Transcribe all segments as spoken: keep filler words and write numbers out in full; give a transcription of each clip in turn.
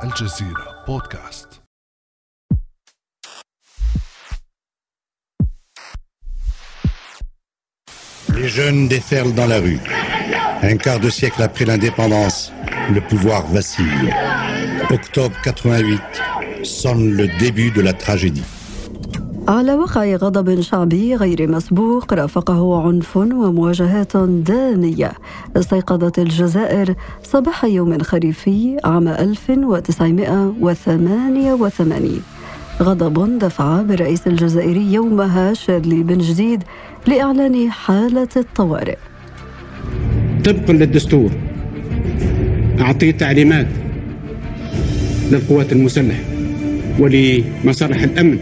الجزيرة بودكاست. Les jeunes déferlent dans la rue. Un quart de siècle après l'indépendance, le pouvoir vacille. Octobre quatre-vingt-huit sonne le début de la tragédie. على وقع غضب شعبي غير مسبوق رافقه عنف ومواجهات دامية، استيقظت الجزائر صباح يوم خريفي عام ألف وتسعمائة وثمانية وثمانين. غضب دفع بالرئيس الجزائري يومها شيرلي بن جديد لإعلان حالة الطوارئ. طبقا للدستور أعطيت تعليمات للقوات المسلحة ولمصالح الأمن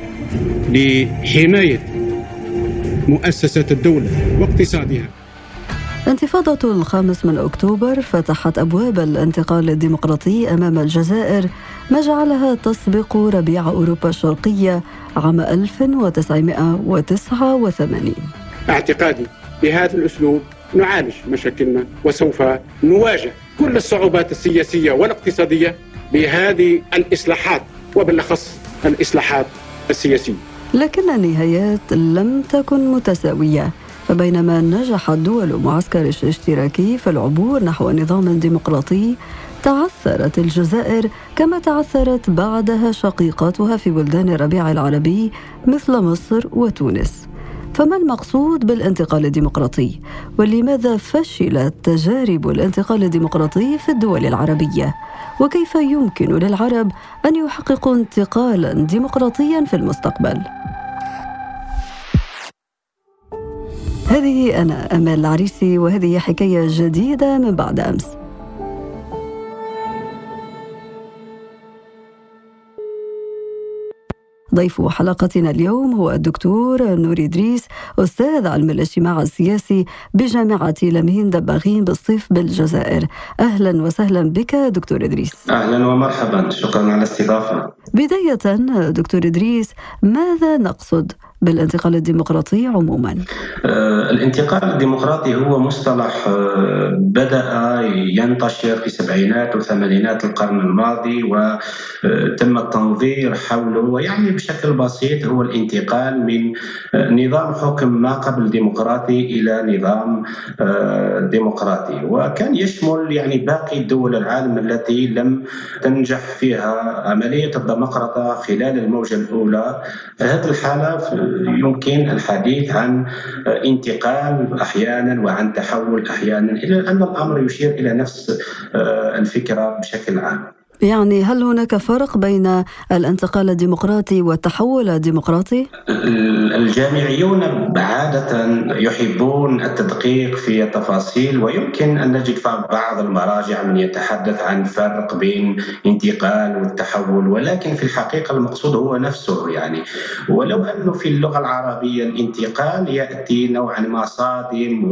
لحماية مؤسسات الدولة واقتصادها. انتفاضة الخامس من أكتوبر فتحت أبواب الانتقال الديمقراطي أمام الجزائر، ما جعلها تسبق ربيع أوروبا الشرقية عام ألف وتسعمائة وتسعة وثمانين. اعتقادي بهذا الأسلوب نعالج مشاكلنا وسوف نواجه كل الصعوبات السياسية والاقتصادية بهذه الإصلاحات وبالأخص الإصلاحات السياسية. لكن النهايات لم تكن متساوية، فبينما نجح الدول معسكر الاشتراكي في العبور نحو نظام ديمقراطي، تعثرت الجزائر كما تعثرت بعدها شقيقاتها في بلدان الربيع العربي مثل مصر وتونس. فما المقصود بالانتقال الديمقراطي؟ ولماذا فشلت تجارب الانتقال الديمقراطي في الدول العربية؟ وكيف يمكن للعرب أن يحققوا انتقالا ديمقراطيا في المستقبل؟ هذه أنا أمال العريسي، وهذه حكاية جديدة من بعد أمس. ضيف حلقتنا اليوم هو الدكتور نوري إدريس، أستاذ علم الاجتماع السياسي بجامعة لامين دباغين بالصيف بالجزائر. أهلا وسهلا بك دكتور إدريس. أهلا ومرحبا، شكرا على الاستضافة. بداية دكتور إدريس، ماذا نقصد بالانتقال الديمقراطي عموما؟ آه، الانتقال الديمقراطي هو مصطلح آه، بدأ ينتشر في سبعينات وثمانينات القرن الماضي، وتم التنظير حوله، ويعني بشكل بسيط هو الانتقال من آه، نظام حكم ما قبل ديمقراطي إلى نظام آه، ديمقراطي، وكان يشمل يعني باقي دول العالم التي لم تنجح فيها عملية الديمقراطية خلال الموجة الأولى. في هذه الحالة يمكن الحديث عن انتقال أحيانا وعن تحول أحيانا، إلا أن الأمر يشير إلى نفس الفكرة بشكل عام. يعني هل هناك فرق بين الانتقال الديمقراطي والتحول الديمقراطي؟ الجامعيون عادة يحبون التدقيق في التفاصيل، ويمكن أن نجد بعض المراجع من يتحدث عن فرق بين انتقال والتحول، ولكن في الحقيقة المقصود هو نفسه. يعني ولو أنه في اللغة العربية الانتقال يأتي نوعا ما صادم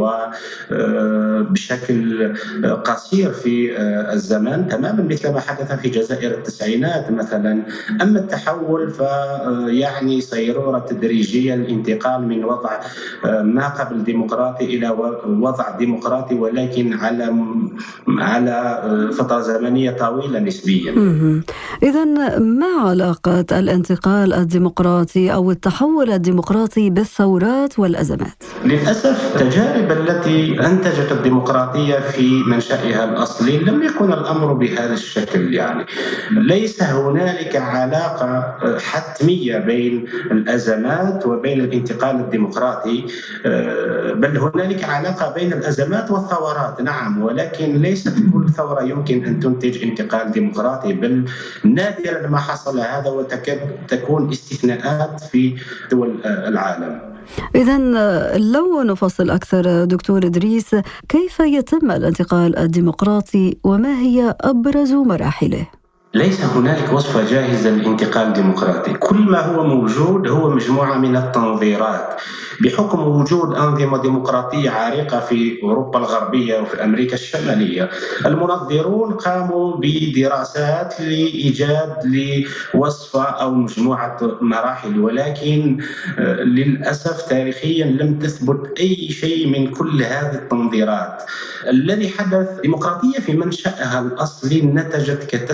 وبشكل قصير في الزمان، تماما مثل ما حدث في جزائر التسعينات مثلا. أما التحول فيعني صيرورة تدريجية، الانتقال من وضع ما قبل ديمقراطي إلى وضع ديمقراطي، ولكن على على فترة زمنية طويلة نسبيا. إذن ما علاقة الانتقال الديمقراطي أو التحول الديمقراطي بالثورات والأزمات؟ للأسف التجارب التي أنتجت الديمقراطية في منشأها الأصلي لم يكن الأمر بهذا الشكل. يعني ليس هنالك علاقة حتمية بين الأزمات وبين الانتقال الديمقراطي، بل هنالك علاقة بين الأزمات والثورات، نعم، ولكن ليست كل ثورة يمكن أن تنتج انتقال ديمقراطي، بل نادرا ما حصل هذا، وتكاد تكون استثناءات في دول العالم. إذن لو نفصل أكثر دكتور إدريس، كيف يتم الانتقال الديمقراطي وما هي أبرز مراحله؟ ليس هنالك وصفة جاهزة للانتقال الديمقراطي، كل ما هو موجود هو مجموعة من التنظيرات بحكم وجود أنظمة ديمقراطية عريقة في أوروبا الغربية وفي أمريكا الشمالية. المنظرون قاموا بدراسات لإيجاد لوصفة أو مجموعة مراحل، ولكن للأسف تاريخيا لم تثبت أي شيء من كل هذه التنظيرات. الذي حدث، ديمقراطية في منشأها الأصلي نتجت كتسوية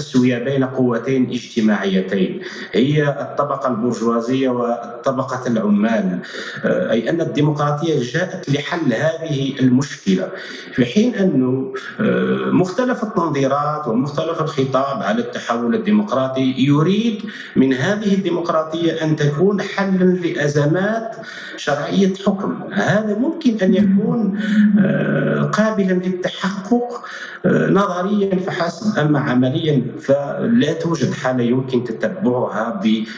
بين قوتين اجتماعيتين، هي الطبقة البرجوازية والطبقة العمال، أي أن الديمقراطية جاءت لحل هذه المشكلة، في حين أنه مختلف التنظيرات ومختلف الخطاب على التحول الديمقراطي يريد من هذه الديمقراطية أن تكون حلا لأزمات شرعية حكم. هذا ممكن أن يكون قابلا للتحقق نظريا فحسب، أما عمليا فلا توجد حالة يمكن تتبعها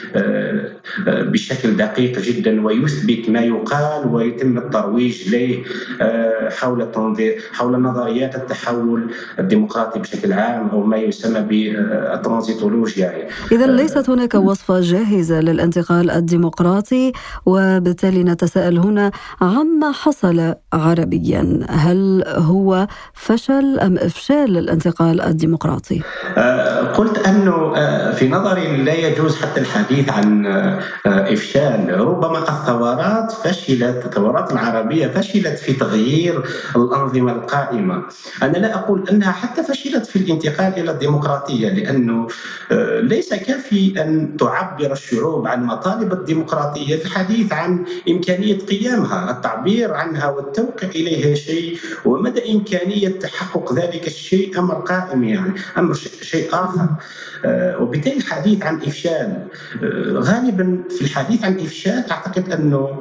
بشكل دقيق جدا ويثبت ما يقال ويتم الترويج له حول التنظير حول نظريات التحول الديمقراطي بشكل عام أو ما يسمى بالترانزيتولوجيا. إذا ليست هناك وصفة جاهزة للانتقال الديمقراطي، وبالتالي نتساءل هنا عما حصل عربيا، هل هو فشل أم إفشال للانتقال الديمقراطي؟ قلت أنه في نظري لا يجوز حتى الحديث عن إفشال، ربما الثورات فشلت، الثورات العربية فشلت في تغيير الأنظمة القائمة. أنا لا أقول أنها حتى فشلت في الانتقال إلى الديمقراطية، لأنه ليس كافي أن تعبر الشعوب عن مطالب الديمقراطية، الحديث عن إمكانية قيامها، التعبير عنها والتوقع إليها شيء، ومدى إمكانية تحقق ذلك الشيء أمر قائم، يعني أمر شيء آخر. وبالتالي الحديث عن إفشال، غالبا في الحديث عن إفشال أعتقد أنه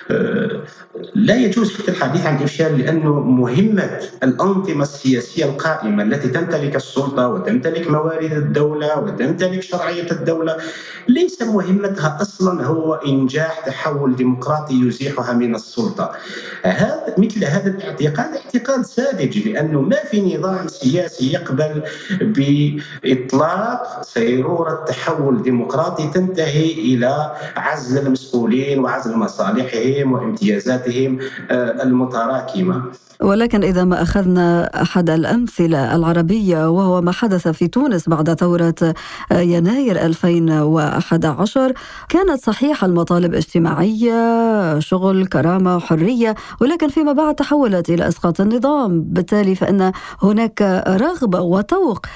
لا يجوز حتى الحديث عن إفشال، لأنه مهمة الأنظمة السياسية القائمة التي تمتلك السلطة وتمتلك موارد الدولة وتمتلك شرعية الدولة ليس مهمتها أصلا هو إنجاح تحول ديمقراطي يزيحها من السلطة. هذا مثل هذا الاعتقاد اعتقاد ساذج، لأنه ما في نظام سياسي يقبل بإطلاق سيرورة تحول ديمقراطي تنتهي إلى عزل المسؤولين وعزل مصالحهم وامتيازاتهم المتراكمة. ولكن إذا ما أخذنا أحد الأمثلة العربية وهو ما حدث في تونس بعد ثورة يناير ألفين وأحد عشر، كانت صحيح المطالب اجتماعية، شغل، كرامة، حرية، ولكن فيما بعد تحولت إلى إسقاط النظام، بالتالي فإن هناك رغبة وتوق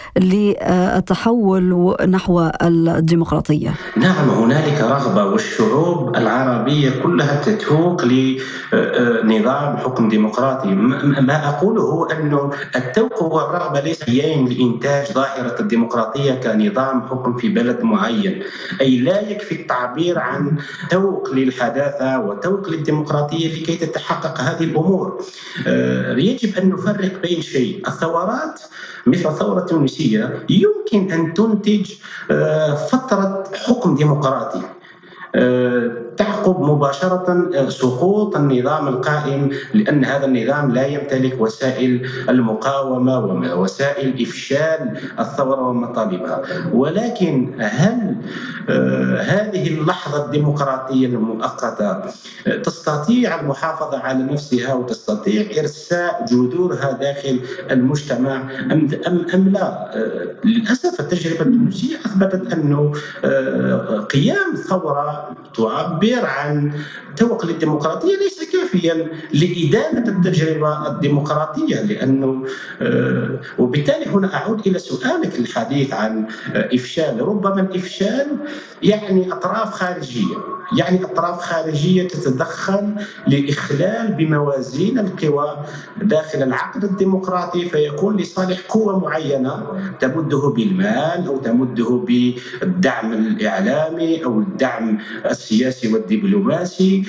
للتحول نحو الديمقراطية. نعم، هنالك رغبة، والشعوب العربية كلها تتوق لنظام حكم ديمقراطي. ما أقوله هو أنه التوق والرغبة ليس يين لإنتاج ظاهرة الديمقراطية كنظام حكم في بلد معين، أي لا يكفي التعبير عن توق للحداثة وتوق للديمقراطية لكي تتحقق هذه الأمور. يجب أن نفرق بين شيء، الثورات مثل الثورة التونسية يمكن أن تنتج فترة حكم ديمقراطي تعقب مباشرة سقوط النظام القائم، لأن هذا النظام لا يمتلك وسائل المقاومة ووسائل إفشال الثورة ومطالبها. ولكن هل هذه اللحظة الديمقراطية المؤقتة تستطيع المحافظة على نفسها وتستطيع إرساء جذورها داخل المجتمع أم, أم, أم لا؟ للأسف التجربة التونسية أثبتت أنه قيام ثورة تعبر عن توق للديمقراطية ليس كافيا لإدامة التجربة الديمقراطية، لأنه وبالتالي هنا أعود إلى سؤالك الحديث عن إفشال. ربما الإفشال يعني أطراف خارجية، يعني أطراف خارجية تتدخل لإخلال بموازين القوى داخل العقد الديمقراطي، فيكون لصالح قوة معينة تمده بالمال أو تمده بالدعم الإعلامي أو الدعم السياسي والدبلوماسي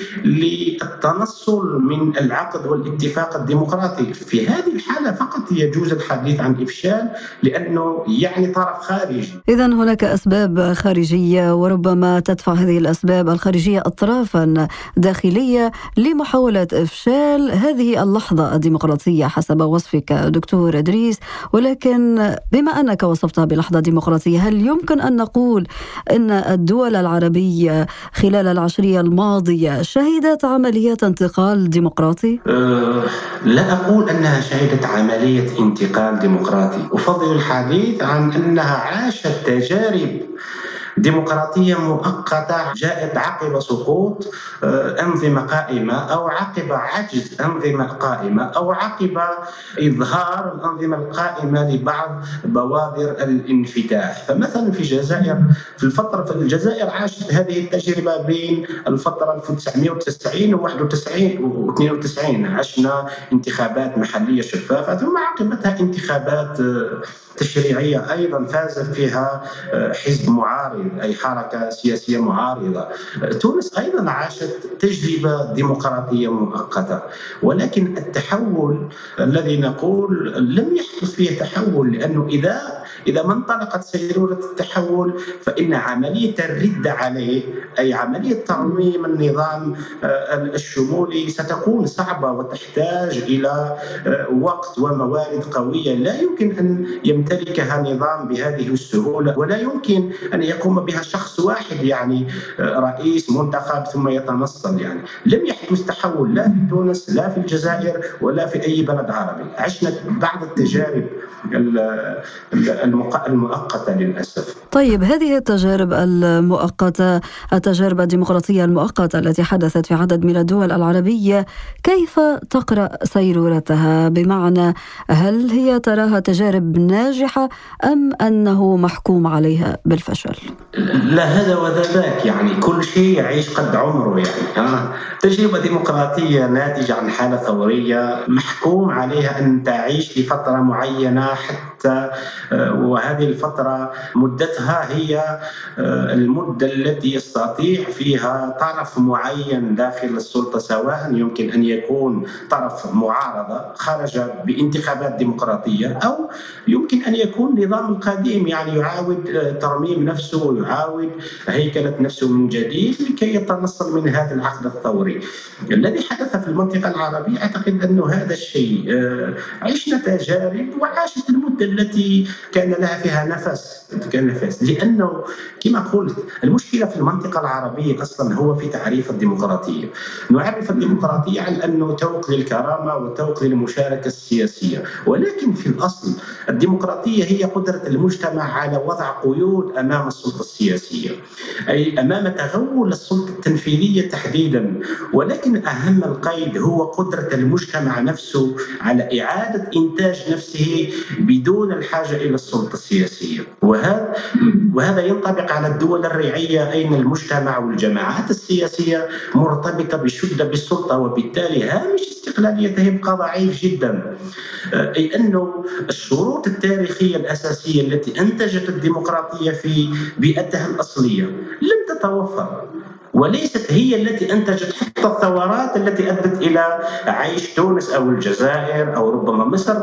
للتنصل من العقد والاتفاق الديمقراطي. في هذه الحالة فقط يجوز الحديث عن إفشال، لأنه يعني طرف خارجي. إذن هناك أسباب خارجية، وربما تدفع هذه الأسباب الخارجية أطرافا داخلية لمحاولة إفشال هذه اللحظة الديمقراطية حسب وصفك دكتور إدريس. ولكن بما أنك وصفتها بلحظة ديمقراطية، هل يمكن أن نقول أن الدول العربية خلال العشرية الماضية شهدت عمليات انتقال ديمقراطي؟ أه لا أقول أنها شهدت عملية انتقال ديمقراطي، أفضل الحديث عن أنها عاشت تجارب ديمقراطية مؤقتة جاءت عقب سقوط أنظمة قائمة أو عقب عجز أنظمة قائمة أو عقب إظهار الأنظمة القائمة لبعض بوادر الانفتاح. فمثلا في الجزائر في الفترة في الجزائر عاشت هذه التجربة بين الفترة ألف وتسعمائة وتسعين وواحد وتسعين واثنين وتسعين، عشنا انتخابات محلية شفافة ثم عقبتها انتخابات تشريعية أيضا فاز فيها حزب معارض أي حركة سياسية معارضة. تونس أيضا عاشت تجربة ديمقراطية مؤقتة، ولكن التحول الذي نقول لم يحدث فيه تحول، لأنه إذا إذا ما انطلقت سيرورة التحول فإن عملية الرد عليه أي عملية ترميم النظام الشمولي ستكون صعبة وتحتاج إلى وقت وموارد قوية لا يمكن أن يمتلكها نظام بهذه السهولة، ولا يمكن أن يقوم بها شخص واحد يعني رئيس منتخب ثم يتنصل. يعني لم يحدث تحول لا في تونس لا في الجزائر ولا في أي بلد عربي. عشنا بعض التجارب المؤقتة للأسف. طيب هذه التجارب المؤقتة، التجارب الديمقراطية المؤقتة التي حدثت في عدد من الدول العربية، كيف تقرأ سيرورتها؟ بمعنى هل هي تراها تجارب ناجحة أم أنه محكوم عليها بالفشل؟ لا هذا وذا ذاك، يعني كل شيء يعيش قد عمره. يعني آه. تجربة ديمقراطية ناتجة عن حالة ثورية محكوم عليها أن تعيش لفترة معينة حتى وهذه الفترة مدتها هي المدة التي يستطيع فيها طرف معين داخل السلطة، سواء يمكن أن يكون طرف معارضة خرج بانتخابات ديمقراطية أو يمكن أن يكون نظام القديم يعني يعاود ترميم نفسه ويعاود هيكلة نفسه من جديد لكي يتنصل من هذا العقد الثوري. الذي حدث في المنطقة العربية أعتقد أنه هذا الشيء عشنا تجارب وعاشت المدة التي كان لها فيها نفس كان نفس لأنه كما قلت المشكلة في المنطقة العربية أصلا هو في تعريف الديمقراطية. نعرف الديمقراطية على أنه توق للكرامة وتوق للمشاركة السياسية، ولكن في الأصل الديمقراطية هي قدرة المجتمع على وضع قيود أمام السلطة السياسية، أي أمام تغول السلطة التنفيذية تحديدا. ولكن أهم القيد هو قدرة المجتمع نفسه على إعادة إنتاج نفسه بدون الحاجة إلى السلطة السياسية. وهذا وهذا ينطبق على الدول الريعية أين المجتمع والجماعات السياسية مرتبطة بشدة بالسلطة، وبالتالي هامش استقلاليتها يبقى ضعيف جدا. أي أنه الشروط التاريخية الأساسية التي أنتجت الديمقراطية في بيئتها الأصلية لم تتوفر، وليست هي التي أنتجت حتى الثورات التي أدت إلى عيش تونس أو الجزائر أو ربما مصر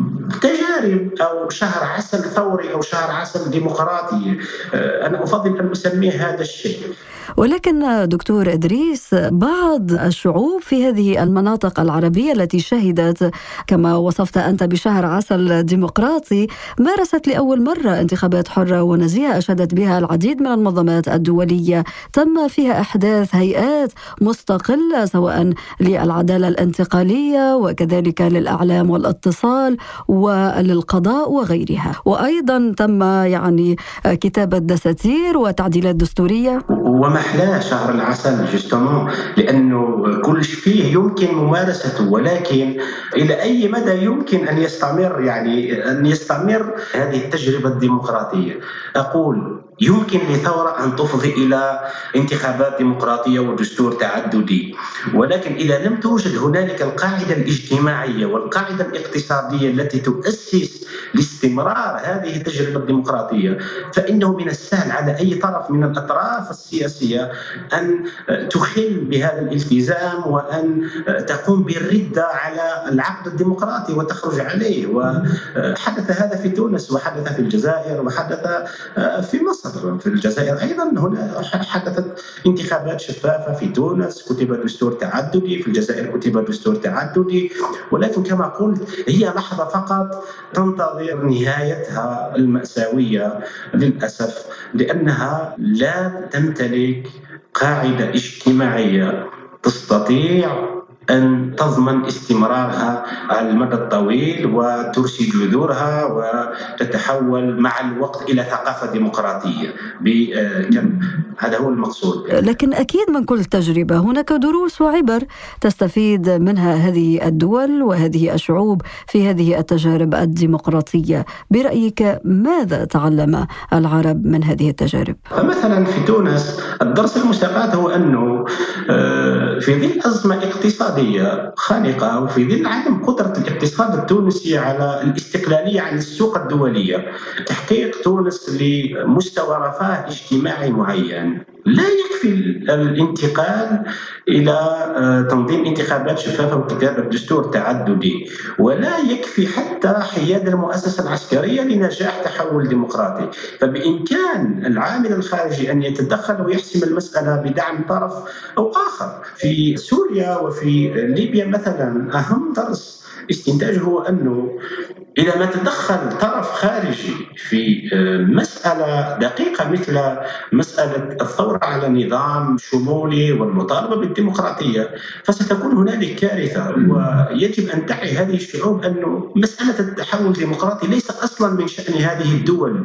تجارب أو شهر عسل ثوري أو شهر عسل ديمقراطي. أنا أفضل أن أسميه هذا الشيء. ولكن دكتور إدريس، بعض الشعوب في هذه المناطق العربية التي شهدت كما وصفت أنت بشهر عسل ديمقراطي مارست لأول مرة انتخابات حرة ونزيهة أشادت بها العديد من المنظمات الدولية، تم فيها إحداث هيئات مستقلة سواء للعدالة الانتقالية وكذلك للإعلام والاتصال وللقضاء وغيرها، وأيضا تم يعني كتابة دساتير وتعديلات دستورية. ومحلاه شهر العسل جستمون، لأنه كل شيء يمكن ممارسته، ولكن إلى أي مدى يمكن أن يستمر يعني أن يستمر هذه التجربة الديمقراطية؟ أقول يمكن لثورة أن تفضي إلى انتخابات ديمقراطية ودستور تعددي، ولكن إذا لم توجد هنالك القاعدة الاجتماعية والقاعدة الاقتصادية التي تؤسس لاستمرار هذه التجربة الديمقراطية فإنه من السهل على أي طرف من الأطراف السياسية أن تخل بهذا الالتزام وأن تقوم بالردة على العقد الديمقراطي وتخرج عليه. وحدث هذا في تونس وحدث في الجزائر وحدث في مصر. في الجزائر أيضا هنا حدثت انتخابات شفافة، في تونس كتب دستور تعددي، في الجزائر كتب دستور تعددي، ولكن كما قلت هي لحظة فقط تنتظر نهايتها المأساوية للأسف، لأنها لا تمتلك قاعدة اجتماعية تستطيع أن تضمن استمرارها على المدى الطويل وترسي جذورها وتتحول مع الوقت إلى ثقافة ديمقراطية. هذا هو المقصود. لكن أكيد من كل تجربة هناك دروس وعبر تستفيد منها هذه الدول وهذه الشعوب في هذه التجارب الديمقراطية. برأيك ماذا تعلم العرب من هذه التجارب؟ فمثلا في تونس الدرس المستفاد هو أنه في ظل أزمة اقتصادية خانقة وفي ظل عدم قدرة الاقتصاد التونسي على الاستقلالية عن السوق الدولية، تحقيق تونس لمستوى رفاه اجتماعي معين، لا يكفي الانتقال إلى تنظيم انتخابات شفافة وكتابة دستور تعددي، ولا يكفي حتى حياد المؤسسة العسكرية لنجاح تحول ديمقراطي. فبإمكان العامل الخارجي أن يتدخل ويحسم المسألة بدعم طرف أو آخر. في سوريا وفي ليبيا مثلا أهم درس استنتاجه هو أنه إذا ما تدخل طرف خارجي في مسألة دقيقة مثل مسألة الثورة على نظام شمولي والمطالبة بالديمقراطية فستكون هنالك كارثة. ويجب أن تعي هذه الشعوب أنه مسألة التحول الديمقراطي ليس أصلا من شأن هذه الدول،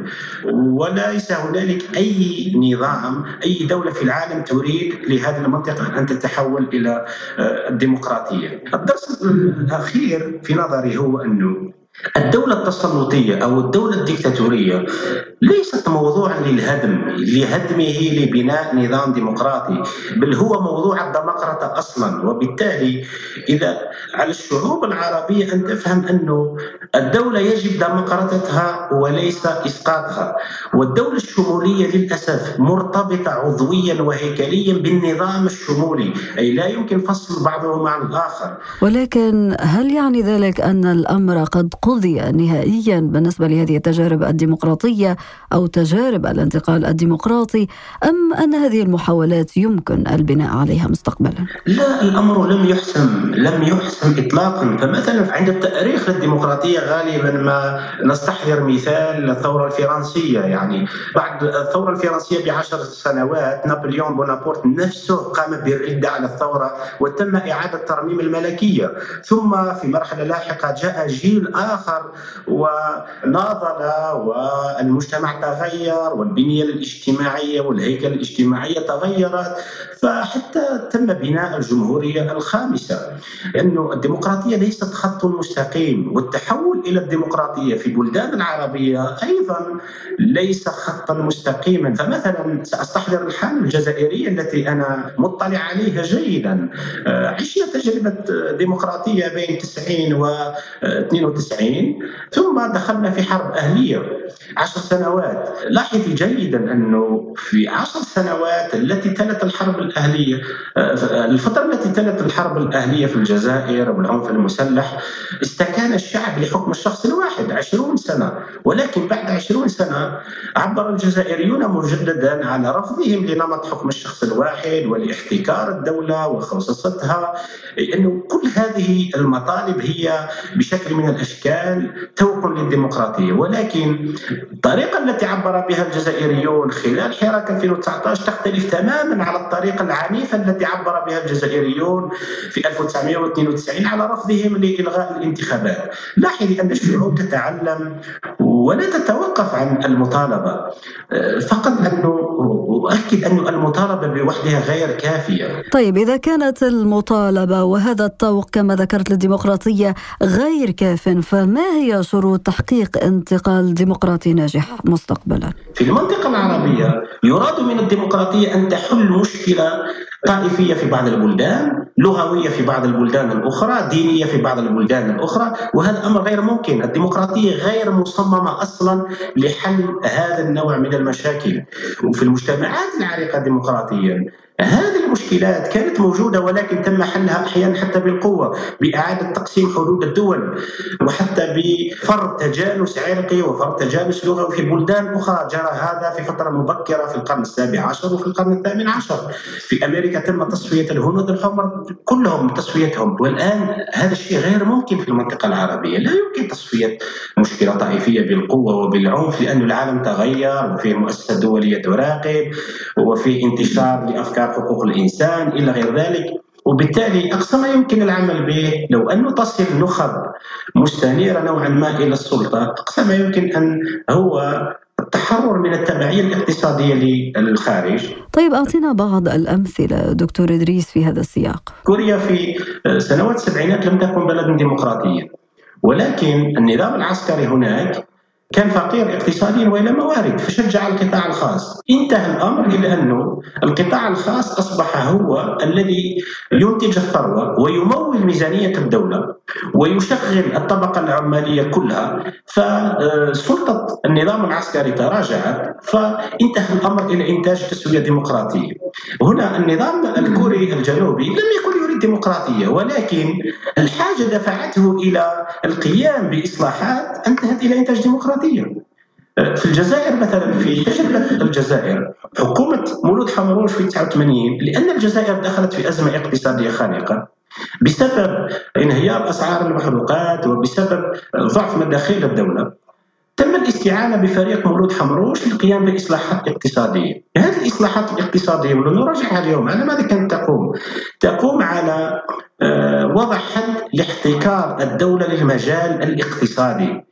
وليس هنالك أي نظام أي دولة في العالم تريد لهذه المنطقة أن تتحول إلى الديمقراطية. الدرس الأخير في نظري هو أنه الدولة التسلطية أو الدولة الديكتاتورية ليست موضوعا للهدم لهدمه لبناء نظام ديمقراطي، بل هو موضوع الديمقراطية أصلا. وبالتالي إذا على الشعوب العربية أن تفهم أنه الدولة يجب ديمقراطيتها وليس إسقاطها، والدولة الشمولية للأسف مرتبطة عضويا وهيكليا بالنظام الشمولي، أي لا يمكن فصل بعضهم عن الآخر. ولكن هل يعني ذلك أن الأمر قد قضي نهائيا بالنسبة لهذه التجارب الديمقراطية أو تجارب الانتقال الديمقراطي، أم أن هذه المحاولات يمكن البناء عليها مستقبلا؟ لا، الأمر لم يحسم لم يحسم إطلاقا. فمثلا عند التاريخ الديمقراطية غالبا ما نستحضر مثال الثورة الفرنسية، يعني بعد الثورة الفرنسية بعشر سنوات نابليون بونابرت نفسه قام بالردة على الثورة وتم إعادة ترميم الملكية، ثم في مرحلة لاحقة جاء جيل آخر وناضل والمجتمع تغير والبنية الاجتماعية والهيكل الاجتماعية تغيرت، فحتى تم بناء الجمهورية الخامسة. لأنه الديمقراطية ليست خط مستقيم، والتحول إلى الديمقراطية في بلدان العربية أيضا ليس خطا مستقيما. فمثلا سأستحضر الحالة الجزائرية التي أنا مطلع عليها جيدا. عشنا تجربة ديمقراطية بين تسعين و اثنين وتسعين، ثم دخلنا في حرب أهلية عشر سنوات. لاحظي جيدا أنه في عشر سنوات التي تلت الحرب الأهلية، الفترة التي تلت الحرب الأهلية في الجزائر والعنف المسلح، استكان الشعب لحكم الشخص الواحد عشرون سنة. ولكن بعد عشرون سنة عبر الجزائريون مجددا على رفضهم لنمط حكم الشخص الواحد ولاحتكار الدولة وخصوصيتها، أنه كل هذه المطالب هي بشكل من الأشكال توق للديمقراطية. ولكن الطريقة التي عبر بها الجزائريون خلال حراك ألفين وتسعة عشر تختلف تماما على الطريقة العنيفة التي عبر بها الجزائريون في ألف وتسعمائة واثنين وتسعين على رفضهم لإلغاء الانتخابات. لاحظي أن الشعوب تتعلم ولا تتوقف عن المطالبة، فقط أنه أؤكد أن المطالبة بوحدها غير كافية. طيب، إذا كانت المطالبة وهذا الطوق كما ذكرت للديمقراطية غير كاف، فما هي شروط تحقيق انتقال ديمقراطي ناجح مستقبلا؟ في المنطقة العربية يراد من الديمقراطية أن تحل مشكلة طائفية في بعض البلدان، لغوية في بعض البلدان الأخرى، دينية في بعض البلدان الأخرى، وهذا أمر غير ممكن. الديمقراطية غير مصممة أصلا لحل هذا النوع من المشاكل. وفي المجتمعات العريقة ديمقراطيا هذه المشكلات كانت موجودة، ولكن تم حلها أحيانا حتى بالقوة، بإعادة تقسيم حدود الدول، وحتى بفرض تجانس عرقي وفرض تجانس لغوي في بلدان أخرى. جرى هذا في فترة مبكرة في القرن السابع عشر وفي القرن الثامن عشر. في أمريكا تم تصفية الهنود الحمر كلهم تصفيتهم، والآن هذا الشيء غير ممكن في المنطقة العربية. لا يمكن تصفية مشكلة طائفية بالقوة وبالعنف، لأن العالم تغير وفيه مؤسسة دولية تراقب وفيه انتشار لأفكار حقوق الإنسان إلى غير ذلك. وبالتالي أقصى ما يمكن العمل به لو أنه تصل نخب مستنيرة نوعا ما إلى السلطة، أقصى ما يمكن أن هو التحرر من التبعية الاقتصادية للخارج. طيب أعطينا بعض الأمثلة دكتور إدريس في هذا السياق. كوريا في سنوات السبعينات لم تكن بلدا ديمقراطيا، ولكن النظام العسكري هناك كان فقير اقتصاديا وإلى موارد، فشجع القطاع الخاص. انتهى الأمر إلى أنه القطاع الخاص أصبح هو الذي ينتج الثروة ويمول ميزانية الدولة ويشغل الطبقة العمالية كلها، فسلطة النظام العسكري تراجعت، فانتهى الأمر إلى إنتاج تسوية ديمقراطية. هنا النظام الكوري الجنوبي لم يكن يريد ديمقراطية، ولكن الحاجة دفعته إلى القيام بإصلاحات انتهت إلى إنتاج ديمقراطية. في الجزائر مثلا، في تجربة الجزائر حكومة مولود حمروش في تسعة وثمانين، لأن الجزائر دخلت في أزمة اقتصادية خانقة بسبب انهيار أسعار المحروقات وبسبب ضعف مداخيل الدولة، تم الاستعانة بفريق مولود حمروش للقيام بإصلاحات اقتصادية. هذه الإصلاحات الاقتصادية ونراجعها اليوم على ماذا كانت تقوم؟ تقوم على وضع حد لاحتكار الدولة للمجال الاقتصادي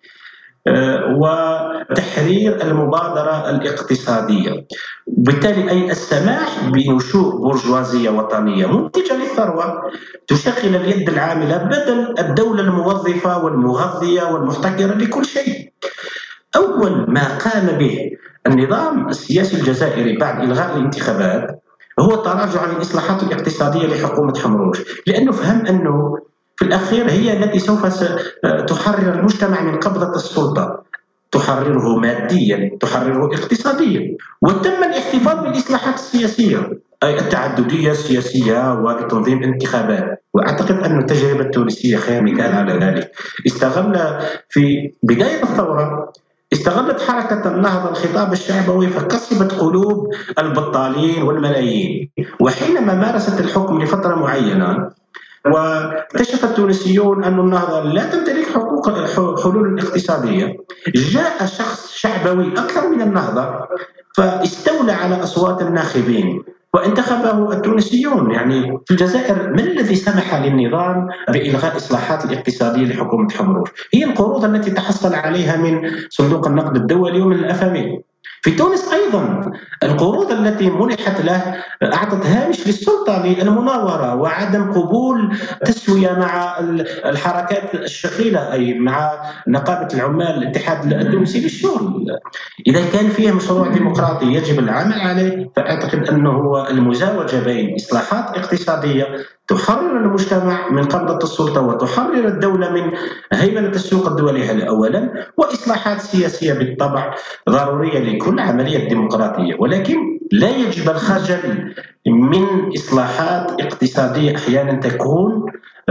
وتحرير المبادرة الاقتصادية، بالتالي أي السماح بنشوء برجوازية وطنية منتجة للثروة تشغل اليد العاملة بدل الدولة الموظفة والمغذية والمحتكرة لكل شيء. أول ما قام به النظام السياسي الجزائري بعد إلغاء الانتخابات هو التراجع عن الإصلاحات الاقتصادية لحكومة حمروش، لأنه فهم أنه في الأخير هي التي سوف تحرر المجتمع من قبضة السلطة، تحرره ماديا، تحرره اقتصاديا. وتم الاحتفاظ بالإصلاحات السياسية، أي التعددية السياسية وتنظيم انتخابات. وأعتقد أن التجربة التونسية خير مثال على ذلك. استغل في بداية الثورة استغلت حركة النهضة الخطاب الشعبوي فكسبت قلوب البطالين والملايين، وحينما مارست الحكم لفترة معينة واكتشف التونسيون أن النهضة لا تمتلك حقوق حلول اقتصادية، جاء شخص شعبوي أكثر من النهضة فاستولى على أصوات الناخبين وانتخبه التونسيون. يعني في الجزائر من الذي سمح للنظام بإلغاء إصلاحات الاقتصادية لحكومة حمروش؟ هي القروض التي تحصل عليها من صندوق النقد الدولي ومن الأفامي. في تونس أيضا القروض التي منحت له أعطت هامش للسلطة للمناورة وعدم قبول تسوية مع الحركات الشغيلة، أي مع نقابة العمال الاتحاد التونسي للشغل. إذا كان فيه مشروع ديمقراطي يجب العمل عليه، فأعتقد أنه هو المزاوجة بين إصلاحات اقتصادية تحرر المجتمع من قبضة السلطة وتحرر الدولة من هيمنة السوق الدولي أولا، وإصلاحات سياسية بالطبع ضرورية لكل عملية ديمقراطية، ولكن لا يجب الخجل من إصلاحات اقتصادية أحيانا تكون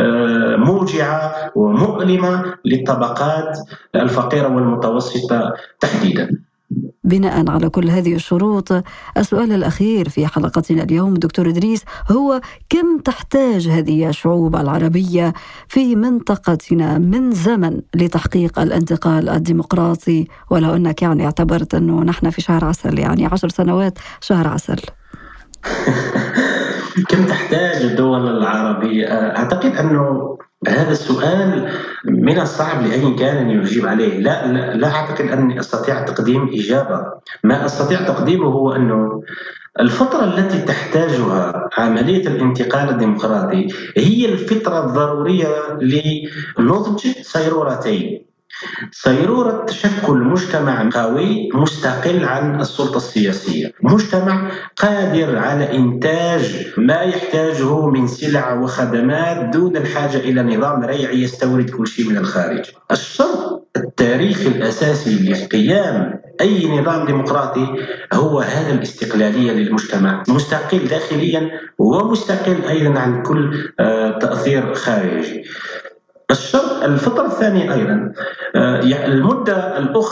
موجعة ومؤلمة للطبقات الفقيرة والمتوسطة تحديدا. بناء على كل هذه الشروط، السؤال الأخير في حلقتنا اليوم دكتور إدريس هو: كم تحتاج هذه الشعوب العربية في منطقتنا من زمن لتحقيق الانتقال الديمقراطي، ولو أنك يعني اعتبرت أنه نحن في شهر عسل، يعني عشر سنوات شهر عسل؟ كم تحتاج الدول العربية؟ أعتقد أنه هذا السؤال من الصعب لأي كان أن يجيب عليه. لا, لا, لا أعتقد أني أستطيع تقديم إجابة. ما أستطيع تقديمه هو أنه الفترة التي تحتاجها عملية الانتقال الديمقراطي هي الفترة الضرورية لنضج سيرورتين: سيرورة تشكل مجتمع قوي مستقل عن السلطة السياسية، مجتمع قادر على إنتاج ما يحتاجه من سلع وخدمات دون الحاجة إلى نظام ريعي يستورد كل شيء من الخارج. الشرط التاريخي الأساسي لقيام أي نظام ديمقراطي هو هذا الاستقلالية للمجتمع، مستقل داخليا ومستقل أيضا عن كل تأثير خارجي. الشرط الفترة الثانية أيضا المدة الأخرى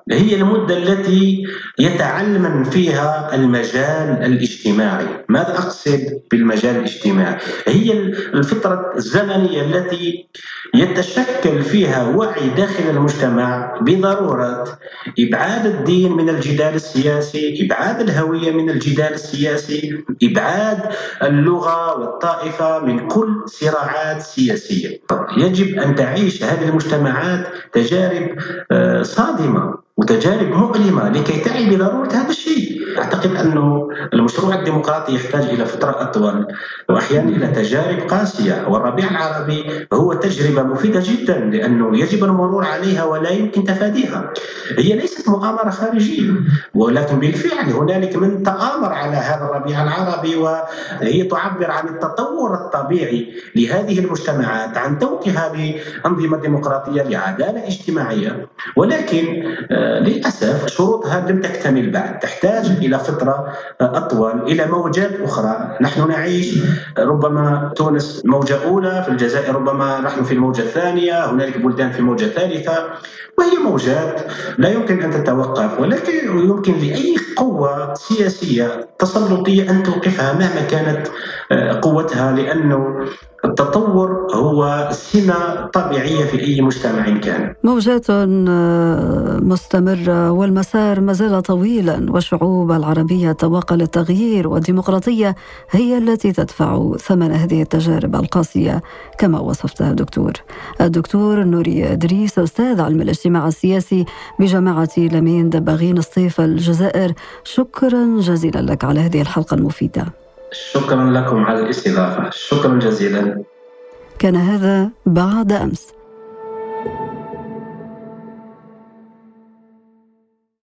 هي المدة التي يتعلم فيها المجال الاجتماعي. ماذا أقصد بالمجال الاجتماعي؟ هي الفترة الزمنية التي يتشكل فيها وعي داخل المجتمع بضرورة إبعاد الدين من الجدال السياسي، إبعاد الهوية من الجدال السياسي، إبعاد اللغة والطائفة من كل صراعات سياسية. يجب أن تعيش هذه المجتمعات تجارب صادمة وتجارب مؤلمة لكي تعي بضرورة هذا الشيء. أعتقد أنه المشروع الديمقراطي يحتاج إلى فترة أطول وأحيانا إلى تجارب قاسية، والربيع العربي هو تجربة مفيدة جدا لأنه يجب المرور عليها ولا يمكن تفاديها. هي ليست مؤامرة خارجية، ولكن بالفعل هنالك من تآمر على هذا الربيع العربي، وهي تعبر عن التطور الطبيعي لهذه المجتمعات، عن توجهها لأنظمة ديمقراطية لعدالة اجتماعية. ولكن للأسف شروطها لم تكتمل بعد، تحتاج إلى فترة أطول، إلى موجات أخرى. نحن نعيش ربما تونس موجة أولى، في الجزائر ربما نحن في الموجة الثانية، هنالك بلدان في موجة ثالثة، وهي موجات لا يمكن أن تتوقف، ولكن يمكن لأي قوة سياسية تسلطية أن توقفها مهما كانت قوتها، لأنه التطور هو سمة طبيعية في أي مجتمع كان. موجات مستمرة والمسار ما زال طويلا، والشعوب العربية تواقع للتغيير، والديمقراطية هي التي تدفع ثمن هذه التجارب القاسية كما وصفتها دكتور الدكتور نوري إدريس، أستاذ علم الاجتماع السياسي بجامعة لامين دباغين الصيف الجزائر. شكرا جزيلا لك على هذه الحلقة المفيدة. شكرا لكم على الاستضافة، شكرا جزيلا. كان هذا بعد أمس.